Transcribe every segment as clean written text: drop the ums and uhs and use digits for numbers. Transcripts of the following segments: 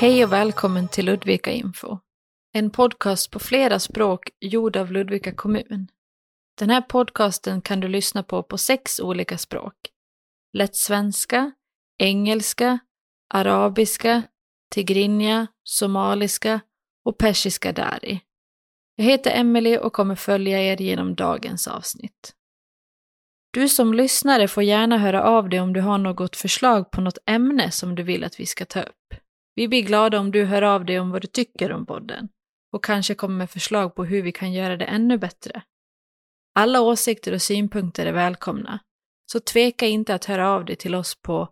Hej och välkommen till Ludvika Info. En podcast på flera språk gjord av Ludvika kommun. Den här podcasten kan du lyssna på 6 olika språk. Lättsvenska, engelska, arabiska, tigrinja, somaliska och persiska dari. Jag heter Emily och kommer följa er genom dagens avsnitt. Du som lyssnare får gärna höra av dig om du har något förslag på något ämne som du vill att vi ska ta upp. Vi blir glada om du hör av dig om vad du tycker om podden och kanske kommer med förslag på hur vi kan göra det ännu bättre. Alla åsikter och synpunkter är välkomna, så tveka inte att höra av dig till oss på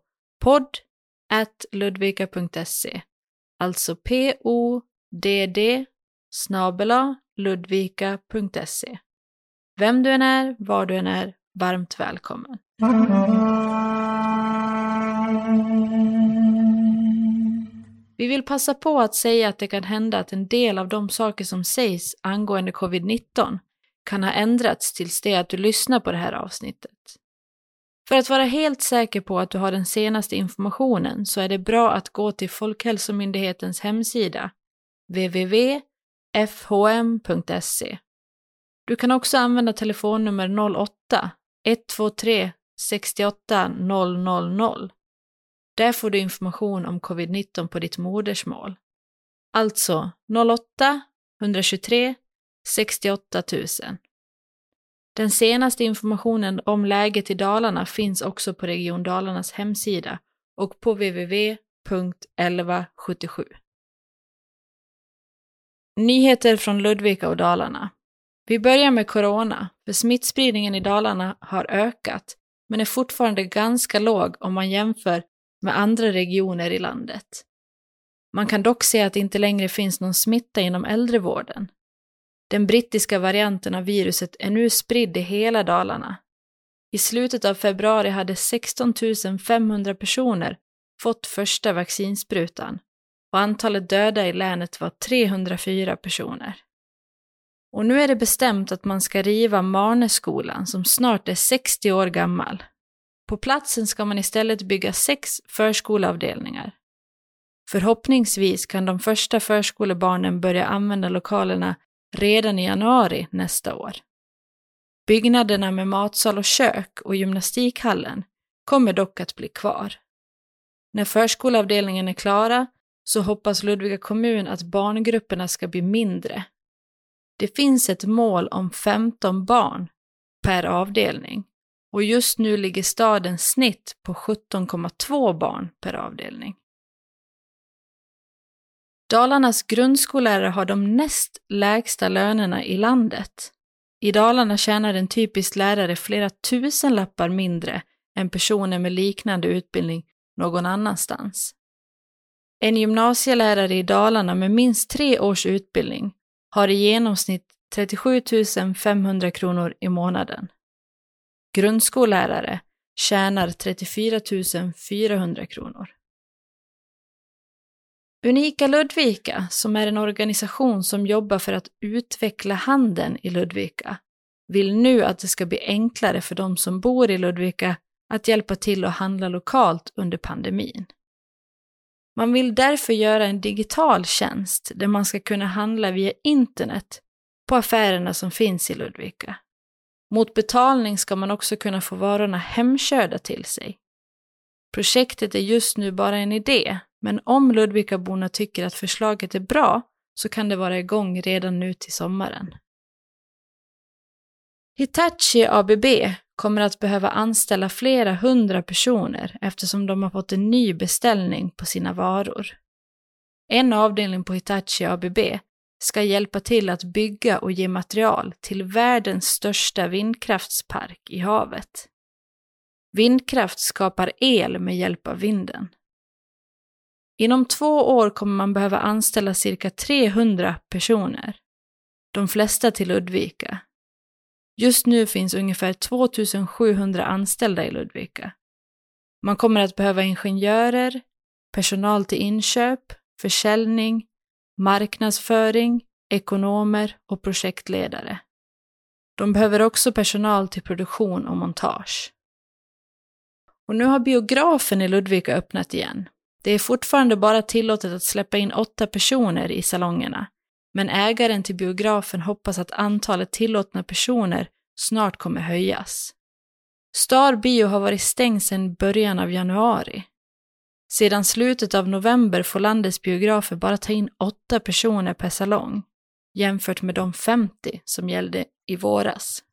podd@ludvika.se, alltså podd@ludvika.se. Vem du än är, var du än är, varmt välkommen. Vi vill passa på att säga att det kan hända att en del av de saker som sägs angående covid-19 kan ha ändrats tills det att du lyssnar på det här avsnittet. För att vara helt säker på att du har den senaste informationen så är det bra att gå till Folkhälsomyndighetens hemsida www.fhm.se. Du kan också använda telefonnummer 08 123 68 000. Där får du information om covid-19 på ditt modersmål. Alltså 08 123 68 000. Den senaste informationen om läget i Dalarna finns också på Region Dalarnas hemsida och på www.1177. Nyheter från Ludvika och Dalarna. Vi börjar med corona, för smittspridningen i Dalarna har ökat men är fortfarande ganska låg om man jämför med andra regioner i landet. Man kan dock se att det inte längre finns någon smitta inom äldrevården. Den brittiska varianten av viruset är nu spridd i hela Dalarna. I slutet av februari hade 16 500 personer fått första vaccinsprutan och antalet döda i länet var 304 personer. Och nu är det bestämt att man ska riva Marneskolan som snart är 60 år gammal. På platsen ska man istället bygga 6 förskoleavdelningar. Förhoppningsvis kan de första förskolebarnen börja använda lokalerna redan i januari nästa år. Byggnaderna med matsal och kök och gymnastikhallen kommer dock att bli kvar. När förskoleavdelningen är klara så hoppas Ludvika kommun att barngrupperna ska bli mindre. Det finns ett mål om 15 barn per avdelning. Och just nu ligger stadens snitt på 17,2 barn per avdelning. Dalarnas grundskollärare har de näst lägsta lönerna i landet. I Dalarna tjänar en typisk lärare flera tusenlappar mindre än personer med liknande utbildning någon annanstans. En gymnasielärare i Dalarna med minst 3 års utbildning har i genomsnitt 37 500 kronor i månaden. Grundskollärare tjänar 34 400 kronor. Unika Ludvika, som är en organisation som jobbar för att utveckla handeln i Ludvika, vill nu att det ska bli enklare för de som bor i Ludvika att hjälpa till att handla lokalt under pandemin. Man vill därför göra en digital tjänst där man ska kunna handla via internet på affärerna som finns i Ludvika. Mot betalning ska man också kunna få varorna hemkörda till sig. Projektet är just nu bara en idé, men om Ludvikaborna tycker att förslaget är bra så kan det vara igång redan nu till sommaren. Hitachi ABB kommer att behöva anställa flera 100 personer eftersom de har fått en ny beställning på sina varor. En avdelning på Hitachi ABB ska hjälpa till att bygga och ge material till världens största vindkraftspark i havet. Vindkraft skapar el med hjälp av vinden. Inom 2 år kommer man behöva anställa cirka 300 personer. De flesta till Ludvika. Just nu finns ungefär 2700 anställda i Ludvika. Man kommer att behöva ingenjörer, personal till inköp, försäljning, marknadsföring, ekonomer och projektledare. De behöver också personal till produktion och montage. Och nu har biografen i Ludvika öppnat igen. Det är fortfarande bara tillåtet att släppa in 8 personer i salongerna, men ägaren till biografen hoppas att antalet tillåtna personer snart kommer höjas. Star Bio har varit stängd sedan början av januari. Sedan slutet av november får landets biografer bara ta in 8 personer per salong, jämfört med de 50 som gällde i våras.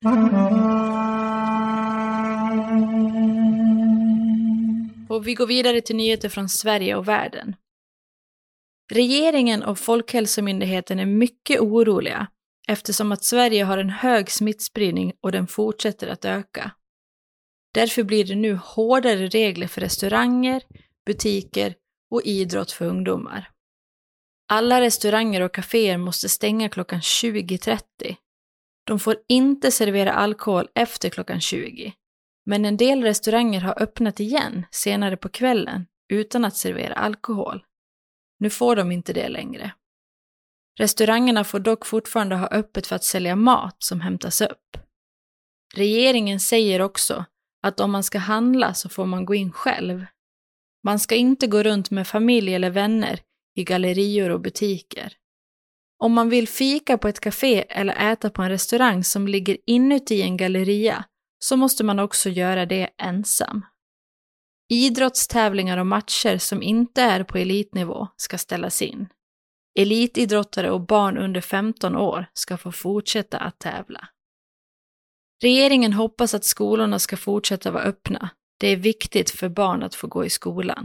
Och vi går vidare till nyheter från Sverige och världen. Regeringen och Folkhälsomyndigheten är mycket oroliga eftersom att Sverige har en hög smittspridning och den fortsätter att öka. Därför blir det nu hårdare regler för restauranger, butiker och idrott för ungdomar. Alla restauranger och kaféer måste stänga klockan 20:30. De får inte servera alkohol efter klockan 20. Men en del restauranger har öppnat igen senare på kvällen utan att servera alkohol. Nu får de inte det längre. Restaurangerna får dock fortfarande ha öppet för att sälja mat som hämtas upp. Regeringen säger också att om man ska handla så får man gå in själv. Man ska inte gå runt med familj eller vänner i gallerior och butiker. Om man vill fika på ett café eller äta på en restaurang som ligger inuti en galleria så måste man också göra det ensam. Idrottstävlingar och matcher som inte är på elitnivå ska ställas in. Elitidrottare och barn under 15 år ska få fortsätta att tävla. Regeringen hoppas att skolorna ska fortsätta vara öppna. Det är viktigt för barn att få gå i skolan.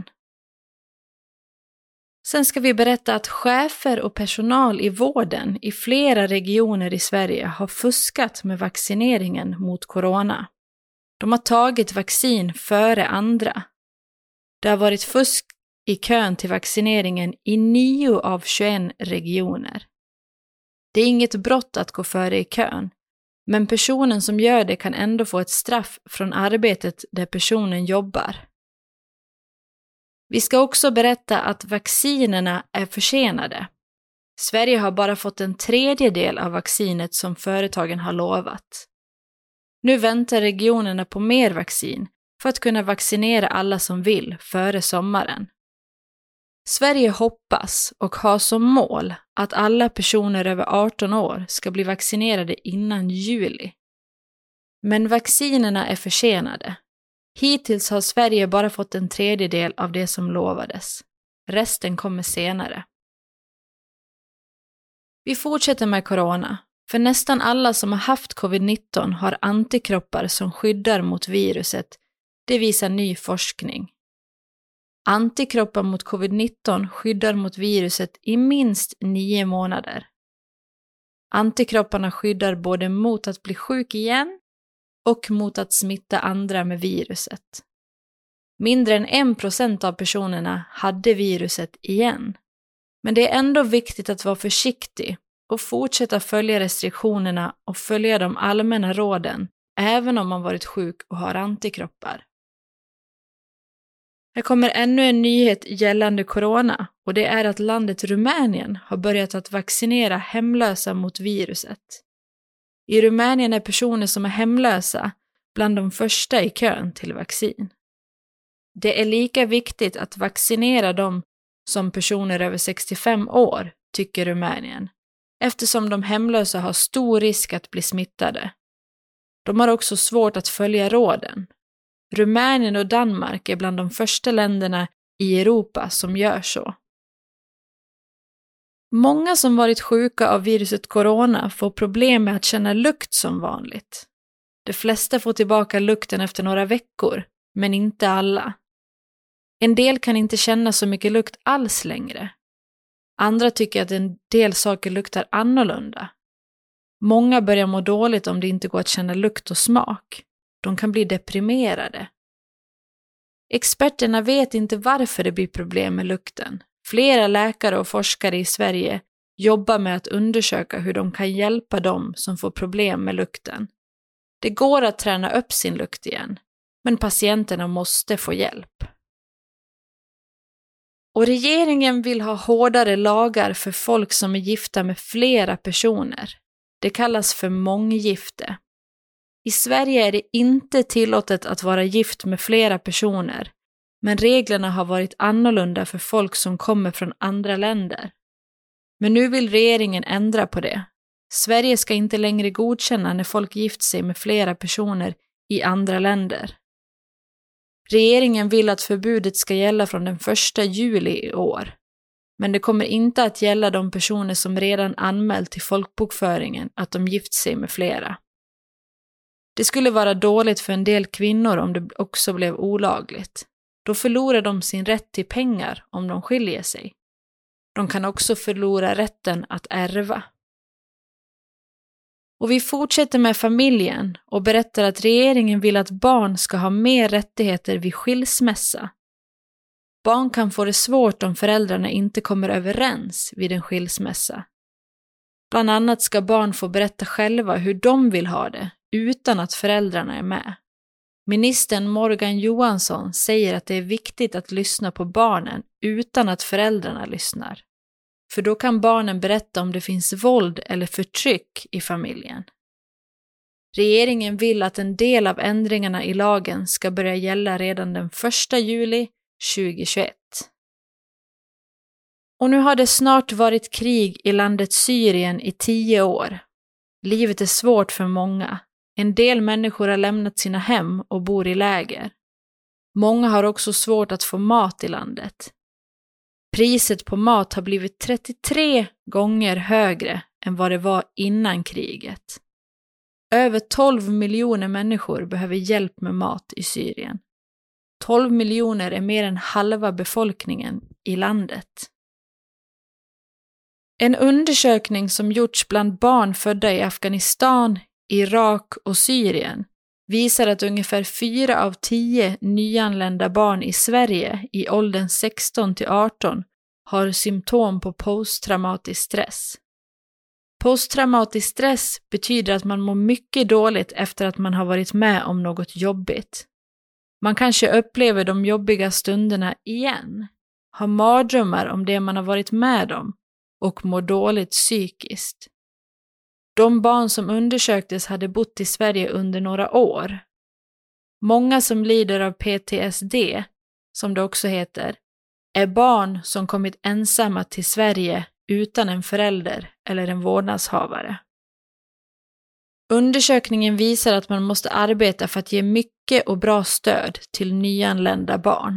Sen ska vi berätta att chefer och personal i vården i flera regioner i Sverige har fuskat med vaccineringen mot corona. De har tagit vaccin före andra. Det har varit fusk i kön till vaccineringen i 9 av 21 regioner. Det är inget brott att gå före i kön, men personen som gör det kan ändå få ett straff från arbetet där personen jobbar. Vi ska också berätta att vaccinerna är försenade. Sverige har bara fått en tredjedel av vaccinet som företagen har lovat. Nu väntar regionerna på mer vaccin för att kunna vaccinera alla som vill före sommaren. Sverige hoppas och har som mål att alla personer över 18 år ska bli vaccinerade innan juli. Men vaccinerna är försenade. Hittills har Sverige bara fått en tredjedel av det som lovades. Resten kommer senare. Vi fortsätter med corona. För nästan alla som har haft covid-19 har antikroppar som skyddar mot viruset. Det visar ny forskning. Antikroppar mot covid-19 skyddar mot viruset i minst 9 månader. Antikropparna skyddar både mot att bli sjuk igen och mot att smitta andra med viruset. Mindre än 1% av personerna hade viruset igen. Men det är ändå viktigt att vara försiktig och fortsätta följa restriktionerna och följa de allmänna råden även om man varit sjuk och har antikroppar. Här kommer ännu en nyhet gällande corona och det är att landet Rumänien har börjat att vaccinera hemlösa mot viruset. I Rumänien är personer som är hemlösa bland de första i kön till vaccin. Det är lika viktigt att vaccinera dem som personer över 65 år, tycker Rumänien, eftersom de hemlösa har stor risk att bli smittade. De har också svårt att följa råden. Rumänien och Danmark är bland de första länderna i Europa som gör så. Många som varit sjuka av viruset corona får problem med att känna lukt som vanligt. De flesta får tillbaka lukten efter några veckor, men inte alla. En del kan inte känna så mycket lukt alls längre. Andra tycker att en del saker luktar annorlunda. Många börjar må dåligt om det inte går att känna lukt och smak. De kan bli deprimerade. Experterna vet inte varför det blir problem med lukten. Flera läkare och forskare i Sverige jobbar med att undersöka hur de kan hjälpa dem som får problem med lukten. Det går att träna upp sin lukt igen, men patienterna måste få hjälp. Och regeringen vill ha hårdare lagar för folk som är gifta med flera personer. Det kallas för månggifte. I Sverige är det inte tillåtet att vara gift med flera personer, men reglerna har varit annorlunda för folk som kommer från andra länder. Men nu vill regeringen ändra på det. Sverige ska inte längre godkänna när folk gift sig med flera personer i andra länder. Regeringen vill att förbudet ska gälla från den 1 juli i år. Men det kommer inte att gälla de personer som redan anmält till folkbokföringen att de gift sig med flera. Det skulle vara dåligt för en del kvinnor om det också blev olagligt. Då förlorar de sin rätt till pengar om de skiljer sig. De kan också förlora rätten att ärva. Och vi fortsätter med familjen och berättar att regeringen vill att barn ska ha mer rättigheter vid skilsmässa. Barn kan få det svårt om föräldrarna inte kommer överens vid en skilsmässa. Bland annat ska barn få berätta själva hur de vill ha det utan att föräldrarna är med. Ministern Morgan Johansson säger att det är viktigt att lyssna på barnen utan att föräldrarna lyssnar. För då kan barnen berätta om det finns våld eller förtryck i familjen. Regeringen vill att en del av ändringarna i lagen ska börja gälla redan den 1 juli 2021. Och nu har det snart varit krig i landet Syrien i 10 år. Livet är svårt för många. En del människor har lämnat sina hem och bor i läger. Många har också svårt att få mat i landet. Priset på mat har blivit 33 gånger högre än vad det var innan kriget. Över 12 miljoner människor behöver hjälp med mat i Syrien. 12 miljoner är mer än halva befolkningen i landet. En undersökning som gjorts bland barn födda i Afghanistan, Irak och Syrien visar att ungefär 4 av 10 nyanlända barn i Sverige i åldern 16 till 18 har symptom på posttraumatisk stress. Posttraumatisk stress betyder att man mår mycket dåligt efter att man har varit med om något jobbigt. Man kanske upplever de jobbiga stunderna igen, har mardrömmar om det man har varit med om och mår dåligt psykiskt. De barn som undersöktes hade bott i Sverige under några år. Många som lider av PTSD, som det också heter, är barn som kommit ensamma till Sverige utan en förälder eller en vårdnadshavare. Undersökningen visar att man måste arbeta för att ge mycket och bra stöd till nyanlända barn.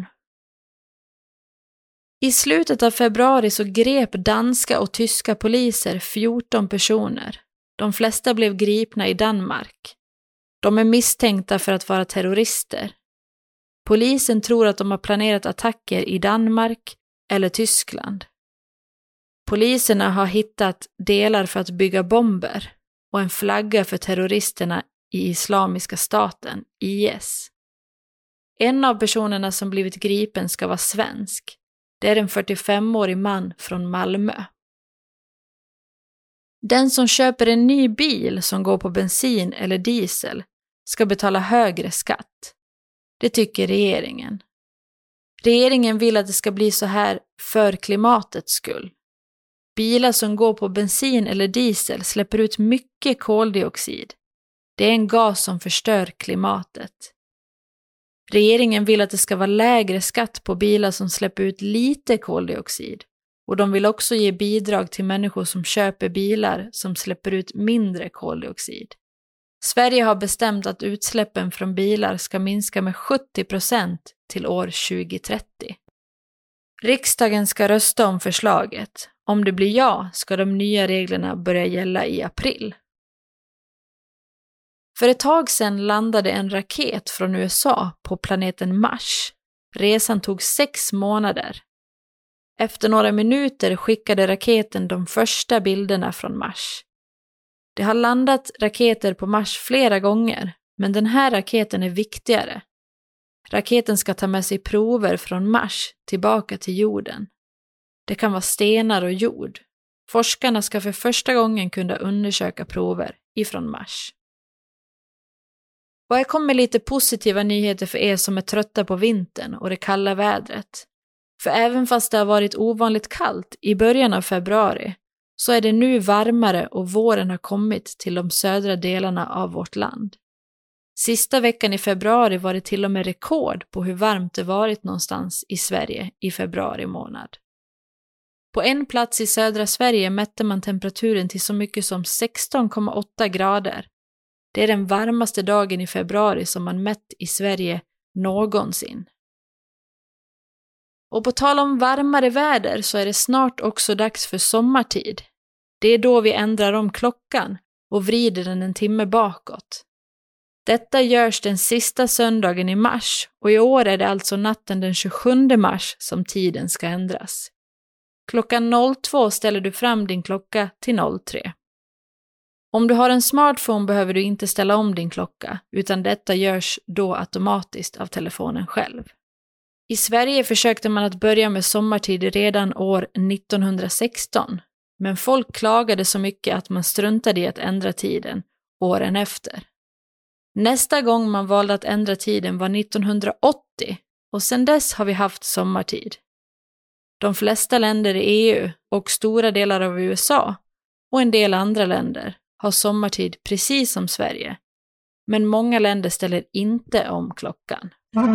I slutet av februari så grep danska och tyska poliser 14 personer. De flesta blev gripna i Danmark. De är misstänkta för att vara terrorister. Polisen tror att de har planerat attacker i Danmark eller Tyskland. Poliserna har hittat delar för att bygga bomber och en flagga för terroristerna i Islamiska staten, IS. En av personerna som blivit gripen ska vara svensk. Det är en 45-årig man från Malmö. Den som köper en ny bil som går på bensin eller diesel ska betala högre skatt. Det tycker regeringen. Regeringen vill att det ska bli så här för klimatets skull. Bilar som går på bensin eller diesel släpper ut mycket koldioxid. Det är en gas som förstör klimatet. Regeringen vill att det ska vara lägre skatt på bilar som släpper ut lite koldioxid. Och de vill också ge bidrag till människor som köper bilar som släpper ut mindre koldioxid. Sverige har bestämt att utsläppen från bilar ska minska med 70% till år 2030. Riksdagen ska rösta om förslaget. Om det blir ja ska de nya reglerna börja gälla i april. För ett tag sedan landade en raket från USA på planeten Mars. Resan tog 6 månader. Efter några minuter skickade raketen de första bilderna från Mars. Det har landat raketer på Mars flera gånger, men den här raketen är viktigare. Raketen ska ta med sig prover från Mars tillbaka till jorden. Det kan vara stenar och jord. Forskarna ska för första gången kunna undersöka prover ifrån Mars. Och här kommer lite positiva nyheter för er som är trötta på vintern och det kalla vädret. För även fast det har varit ovanligt kallt i början av februari så är det nu varmare och våren har kommit till de södra delarna av vårt land. Sista veckan i februari var det till och med rekord på hur varmt det varit någonstans i Sverige i februari månad. På en plats i södra Sverige mätte man temperaturen till så mycket som 16,8 grader. Det är den varmaste dagen i februari som man mätt i Sverige någonsin. Och på tal om varmare väder så är det snart också dags för sommartid. Det är då vi ändrar om klockan och vrider den en timme bakåt. Detta görs den sista söndagen i mars och i år är det alltså natten den 27 mars som tiden ska ändras. Klockan 02 ställer du fram din klocka till 03. Om du har en smartphone behöver du inte ställa om din klocka, utan detta görs då automatiskt av telefonen själv. I Sverige försökte man att börja med sommartid redan år 1916, men folk klagade så mycket att man struntade i att ändra tiden åren efter. Nästa gång man valde att ändra tiden var 1980 och sedan dess har vi haft sommartid. De flesta länder i EU och stora delar av USA och en del andra länder har sommartid precis som Sverige, men många länder ställer inte om klockan.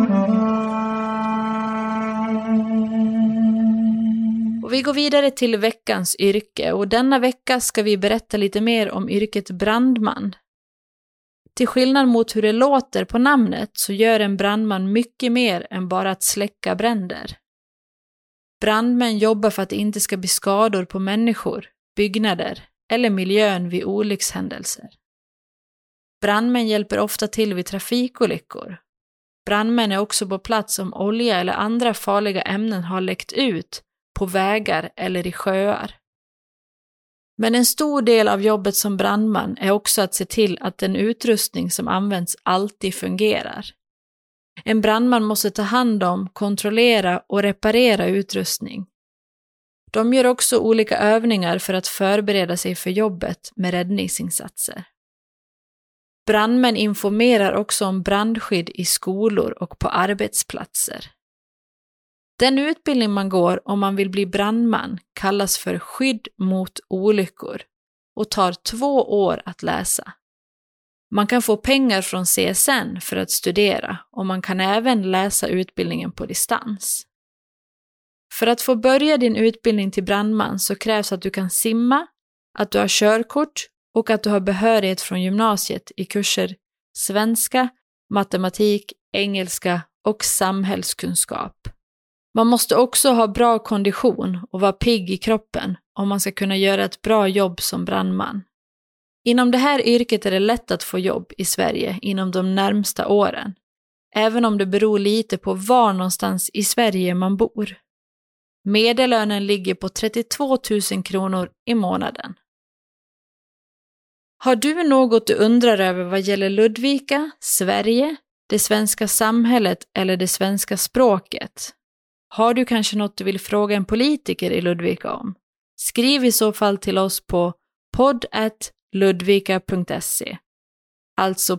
Och vi går vidare till veckans yrke och denna vecka ska vi berätta lite mer om yrket brandman. Till skillnad mot hur det låter på namnet så gör en brandman mycket mer än bara att släcka bränder. Brandmän jobbar för att det inte ska bli skador på människor, byggnader eller miljön vid olyckshändelser. Brandmän hjälper ofta till vid trafikolyckor. Brandmän är också på plats om olja eller andra farliga ämnen har läckt ut på vägar eller i sjöar. Men en stor del av jobbet som brandman är också att se till att den utrustning som används alltid fungerar. En brandman måste ta hand om, kontrollera och reparera utrustning. De gör också olika övningar för att förbereda sig för jobbet med räddningsinsatser. Brandmän informerar också om brandskydd i skolor och på arbetsplatser. Den utbildning man går om man vill bli brandman kallas för skydd mot olyckor och tar 2 år att läsa. Man kan få pengar från CSN för att studera och man kan även läsa utbildningen på distans. För att få börja din utbildning till brandman så krävs att du kan simma, att du har körkort och att du har behörighet från gymnasiet i kurser svenska, matematik, engelska och samhällskunskap. Man måste också ha bra kondition och vara pigg i kroppen om man ska kunna göra ett bra jobb som brandman. Inom det här yrket är det lätt att få jobb i Sverige inom de närmsta åren, även om det beror lite på var någonstans i Sverige man bor. Medellönen ligger på 32 000 kronor i månaden. Har du något du undrar över vad gäller Ludvika, Sverige, det svenska samhället eller det svenska språket? Har du kanske något du vill fråga en politiker i Ludvika om? Skriv i så fall till oss på podd@ludvika.se. Alltså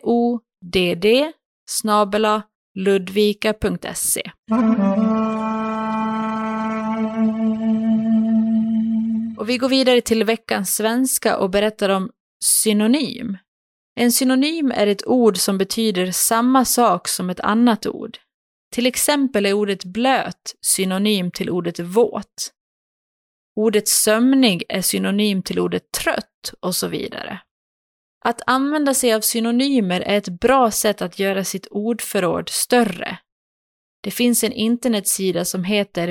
podd@ludvika.se. Och vi går vidare till veckans svenska och berättar om synonym. En synonym är ett ord som betyder samma sak som ett annat ord. Till exempel är ordet blöt synonym till ordet våt. Ordet sömnig är synonym till ordet trött och så vidare. Att använda sig av synonymer är ett bra sätt att göra sitt ordförråd större. Det finns en internetsida som heter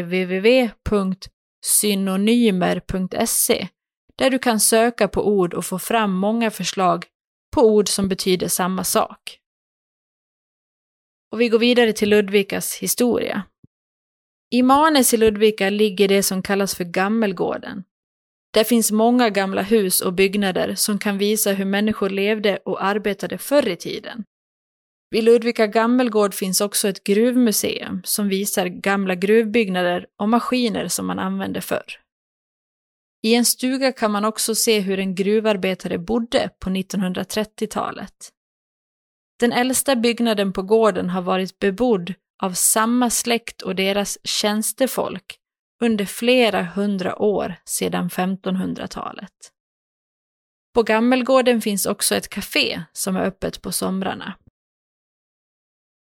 www.synonymer.se där du kan söka på ord och få fram många förslag på ord som betyder samma sak. Och vi går vidare till Ludvikas historia. I Manes i Ludvika ligger det som kallas för Gammelgården. Där finns många gamla hus och byggnader som kan visa hur människor levde och arbetade förr i tiden. Vid Ludvika Gammelgård finns också ett gruvmuseum som visar gamla gruvbyggnader och maskiner som man använde förr. I en stuga kan man också se hur en gruvarbetare bodde på 1930-talet. Den äldsta byggnaden på gården har varit bebodd av samma släkt och deras tjänstefolk under flera hundra år sedan 1500-talet. På Gammelgården finns också ett café som är öppet på somrarna.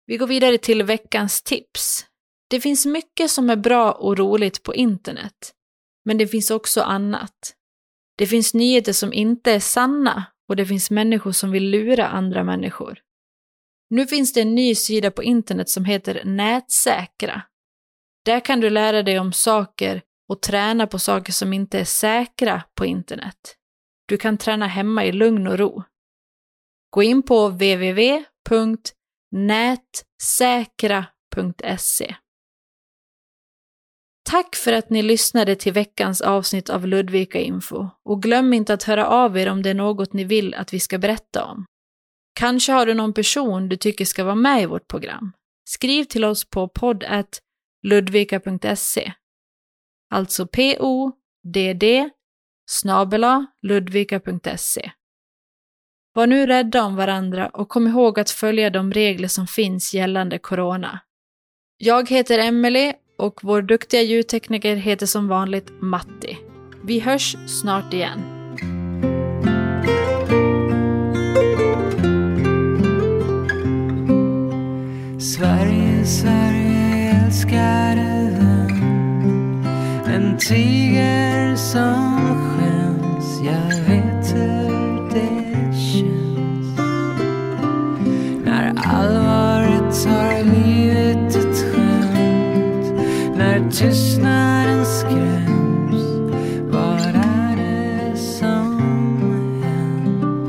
Vi går vidare till veckans tips. Det finns mycket som är bra och roligt på internet, men det finns också annat. Det finns nyheter som inte är sanna och det finns människor som vill lura andra människor. Nu finns det en ny sida på internet som heter Nätsäkra. Där kan du lära dig om saker och träna på saker som inte är säkra på internet. Du kan träna hemma i lugn och ro. Gå in på www.nätsäkra.se. Tack för att ni lyssnade till veckans avsnitt av Ludvika Info och glöm inte att höra av er om det är något ni vill att vi ska berätta om. Kanske har du någon person du tycker ska vara med i vårt program. Skriv till oss på podd@ludvika.se. Alltså podd@ludvika.se. Var nu rädda om varandra och kom ihåg att följa de regler som finns gällande corona. Jag heter Emily och vår duktiga ljudtekniker heter som vanligt Matti. Vi hörs snart igen. Sverige, Sverige, älskade vän. En tiger som skäms. Jag vet hur det känns. När allvaret tar livet ett skämt. När tystnaden skräms. Vad är det som hänt?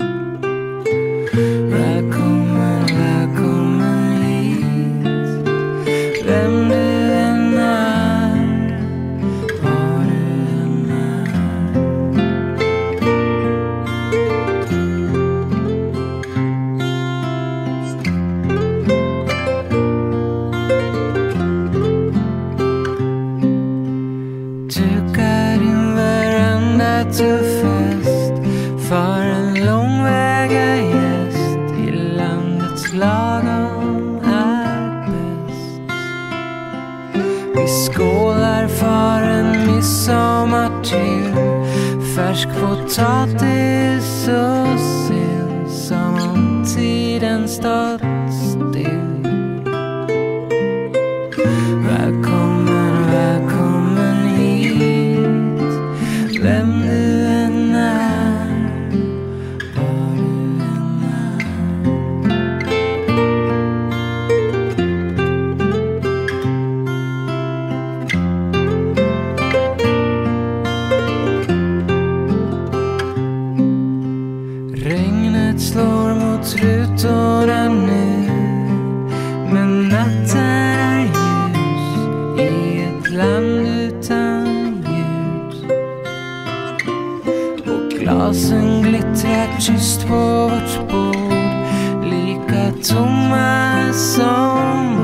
Välkommen, välkommen hit. Vem du än är, var du än är. Dukar din veranda till fest för en långväga gäst. I landets lagom är bäst. Vi skålar för en midsommar till. Färsk potatis och sill. Som om tiden stått still. Välkommen, välkommen hit. Vem du än är, var du än är. Regnet slår mot rutorna nu, men natten är ljus i ett land utan ljus. Och glasen glittrar tyst på vårt bord, lika tomma som